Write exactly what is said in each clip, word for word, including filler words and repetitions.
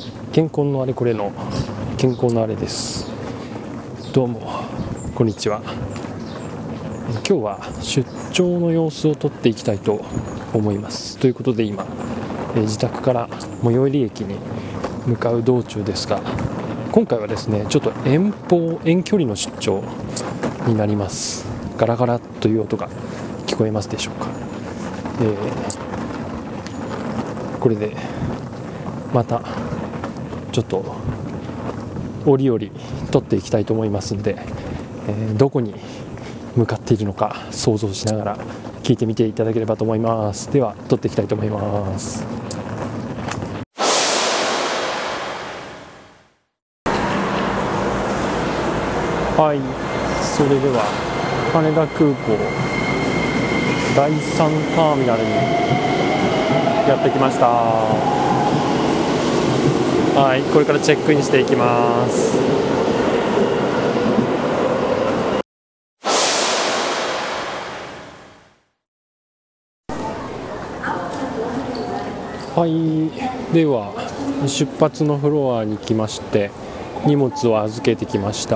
健康のあれこれの健康のあれです。どうもこんにちは。今日は出張の様子を撮っていきたいと思います。ということで今、えー、自宅から最寄り駅に向かう道中ですが、今回はですねちょっと遠方遠距離の出張になります。ガラガラという音が聞こえますでしょうか。えーこれでまたちょっと折々撮っていきたいと思いますので、えー、どこに向かっているのか想像しながら聞いてみていただければと思います。では撮っていきたいと思います。はい、それでは羽田空港だいさんターミナルにやってきました。はい、これからチェックインしていきます。はい、では出発のフロアに来まして荷物を預けてきました。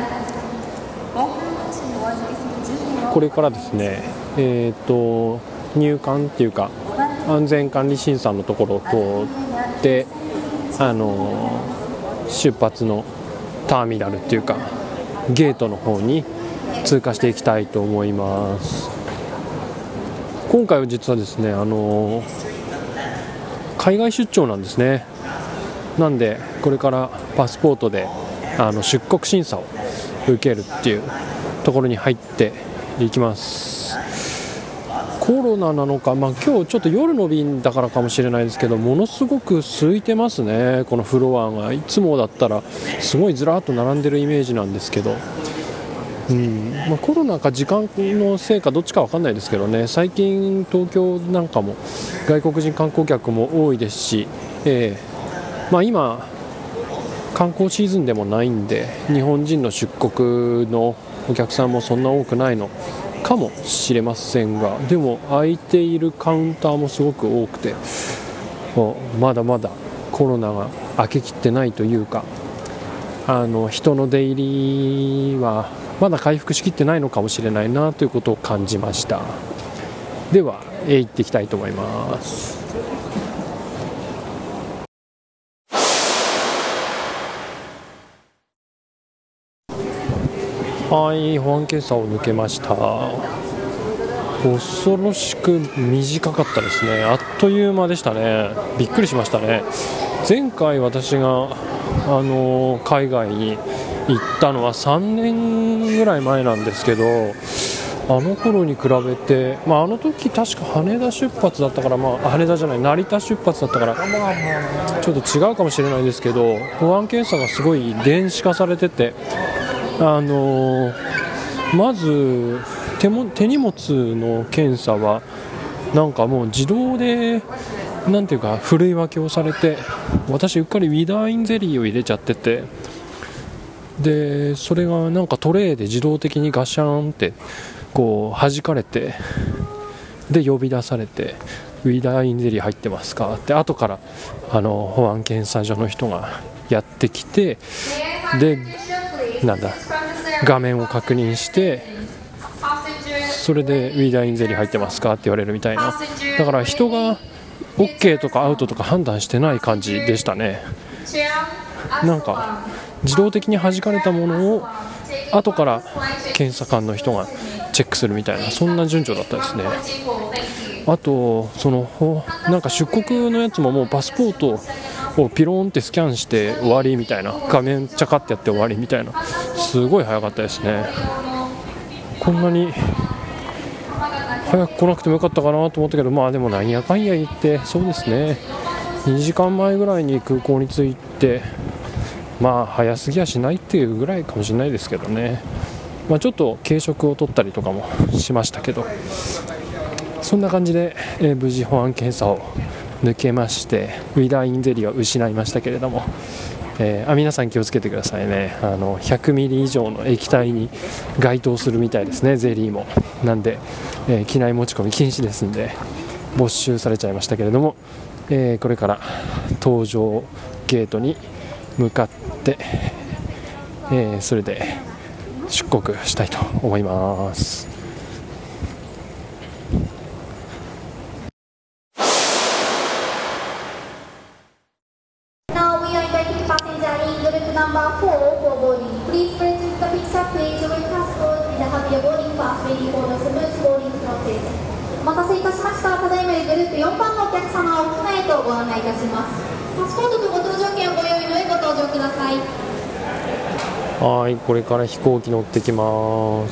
これからですね、えっと入管っていうか安全管理審査のところを通ってあの出発のターミナルっていうかゲートの方に通過していきたいと思います。今回は実はですねあの海外出張なんですね。なんでこれからパスポートであの出国審査を受けるっていうところに入っていきます。コロナなのか、まあ、今日ちょっと夜の便だからかもしれないですけどものすごく空いてますね。このフロアがいつもだったらすごいずらっと並んでるイメージなんですけど、うんまあ、コロナか時間のせいかどっちか分かんないですけどね、最近東京なんかも外国人観光客も多いですし、えーまあ、今観光シーズンでもないんで日本人の出国のお客さんもそんな多くないのかもしれませんが、でも空いているカウンターもすごく多くて、まだまだコロナが明けきってないというか、あの人の出入りはまだ回復しきってないのかもしれないなということを感じました。では、えー、行っていきたいと思います。はい、保安検査を抜けました。恐ろしく短かったですね。あっという間でしたね。びっくりしましたね。前回私が、あの海外に行ったのはさんねんぐらい前なんですけど、あの頃に比べて、まあ、あの時確か羽田出発だったから、まあ、羽田じゃない成田出発だったからちょっと違うかもしれないですけど、保安検査がすごい電子化されてて、あのー、まず 手も、手荷物の検査はなんかもう自動でなんていうかふるい分けをされて、私うっかりウィダーインゼリーを入れちゃってて、でそれがなんかトレーで自動的にガシャンってこう弾かれて、で呼び出されてウィダーインゼリー入ってますかって後からあの保安検査所の人がやってきて、でなんだ画面を確認して、それでウィダーインゼリー入ってますかって言われるみたいな。だから人が OK とかアウトとか判断してない感じでしたね。なんか自動的に弾かれたものを後から検査官の人がチェックするみたいな、そんな順序だったですね。あとそのなんか出国のやつももうパスポートをピローンってスキャンして終わりみたいな、画面チャカってやって終わりみたいな、すごい早かったですね。こんなに早く来なくてもよかったかなと思ったけど、まあでもなんやかんや言ってそうですね、にじかんまえぐらいに空港に着いて、まあ早すぎやしないっていうぐらいかもしれないですけどね。まあ、ちょっと軽食を取ったりとかもしましたけど、そんな感じで、えー、無事保安検査を抜けまして、ウィダーインゼリーは失いましたけれども、えー、あ皆さん気をつけてくださいね。あのひゃくミリ以上の液体に該当するみたいですね、ゼリーも。なんで、えー、機内持ち込み禁止ですんで没収されちゃいましたけれども、えー、これから搭乗ゲートに向かって、えー、それで出国したいと思います。 お待たせいたしました。ただいまよりグループよんばんのお客様を機内へとご案内いたします。パスポートとご搭乗券をご用意の上ご搭乗ください。 はい、これから飛行機乗ってきます。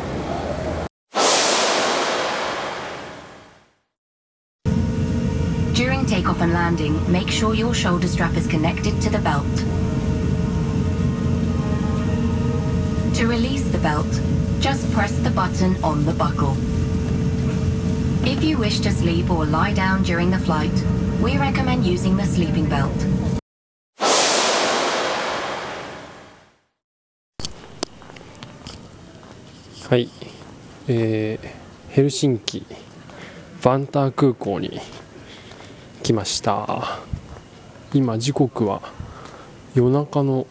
During takeoff and landing, make sure your shoulder strap is connected to the belt. To release the belt, just press the button on the buckle. If you wish to sleep or lie down during the flight, we recommend using the sleeping belt. はい、えー、ヘルシンキバンター空港に来ました。今時刻は夜中の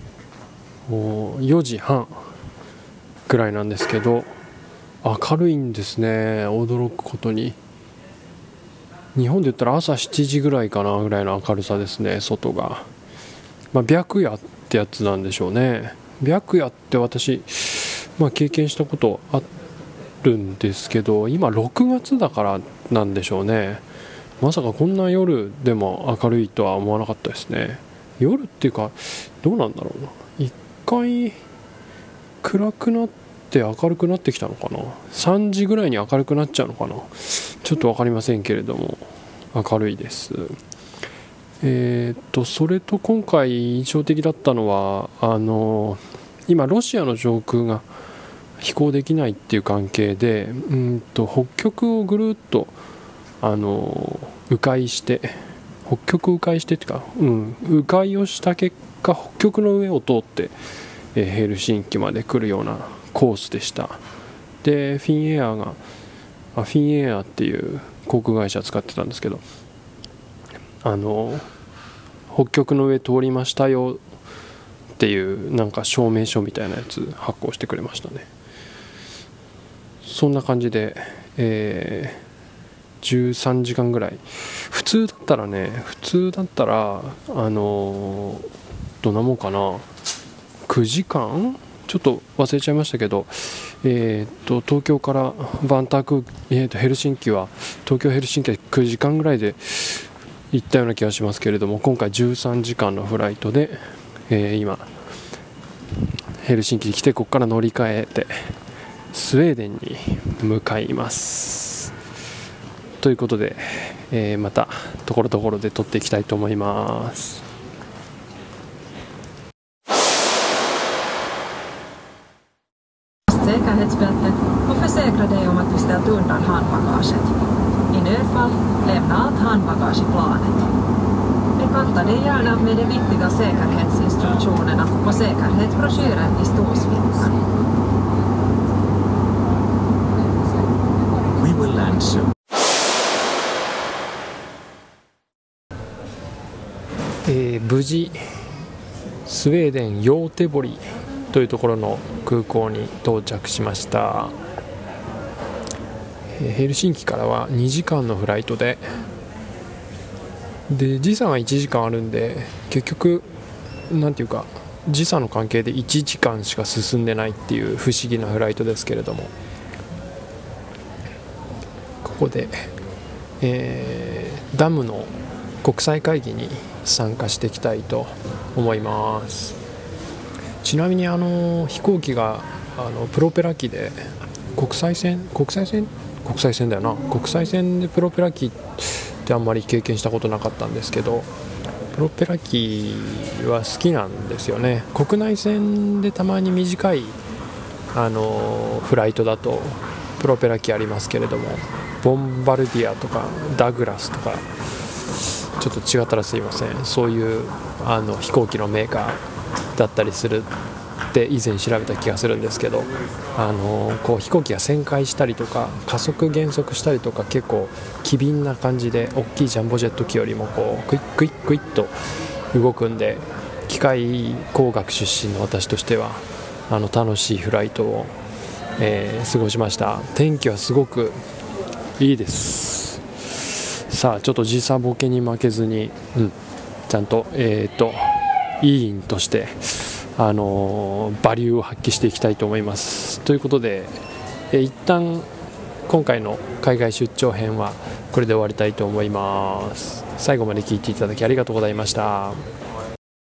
よじはんくらいなんですけど、明るいんですね。驚くことに日本で言ったら朝しちじぐらいかなぐらいの明るさですね、外が。まあ、白夜ってやつなんでしょうね。白夜って私、まあ、経験したことあるんですけど、今ろくがつだからなんでしょうね。まさかこんな夜でも明るいとは思わなかったですね。夜っていうかどうなんだろうな、一回暗くなって明るくなってきたのかな。さんじぐらいに明るくなっちゃうのかな、ちょっと分かりませんけれども明るいです。えー、っとそれと今回印象的だったのは、あの今ロシアの上空が飛行できないっていう関係で、うんと北極をぐるっとあの迂回して北極迂回してっていうか、うん、迂回をした結果北極の上を通って、えー、ヘルシンキまで来るようなコースでした。でフィンエアがあフィンエアっていう航空会社使ってたんですけど、あの北極の上通りましたよっていうなんか証明書みたいなやつ発行してくれましたね。そんな感じで、えー、じゅうさんじかんぐらい、普通だったらね普通だったらあのどんなもんかな、くじかんちょっと忘れちゃいましたけど、えー、と東京からバンターク、えー、とヘルシンキは東京ヘルシンキはくじかんぐらいで行ったような気がしますけれども、今回じゅうさんじかんのフライトで、えー、今ヘルシンキに来て、ここから乗り換えてスウェーデンに向かいますということで、えー、またところどころで撮っていきたいと思います。 Säkerhetsbältet och försäkra dig om att du ställt undan handbagaget. I nödfall, lämna allt handbagage i planet. Bekanta dig gärna med de viktiga säkerhetsinstruktionerna och säkerhetsbroschyren i storsvenskan. We will land soon. えー、無事スウェーデンヨーテボリというところの空港に到着しました。ヘルシンキからはにじかんのフライトで、で時差がいちじかんあるんで、結局なんていうか時差の関係でいちじかんしか進んでないっていう不思議なフライトですけれども、ここで、えー、ダムの国際会議に参加していきたいと思います。ちなみにあの飛行機があのプロペラ機で国際線国際線国際線だよな国際線でプロペラ機ってあんまり経験したことなかったんですけど、プロペラ機は好きなんですよね。国内線でたまに短いあのフライトだとプロペラ機ありますけれども、ボンバルディアとかダグラスとかちょっと違ったらすいません、そういうあの飛行機のメーカーだったりするって以前調べた気がするんですけど、あのこう飛行機が旋回したりとか加速減速したりとか結構機敏な感じで、大きいジャンボジェット機よりもこうクイックイックイッと動くんで、機械工学出身の私としてはあの楽しいフライトを、えー、過ごしました。天気はすごくいいです。さあちょっと時差ボケに負けずに、うん、ちゃんとえー、っと委員としてあのー、バリューを発揮していきたいと思います。ということで、えー、一旦今回の海外出張編はこれで終わりたいと思います。最後まで聞いていただきありがとうございました。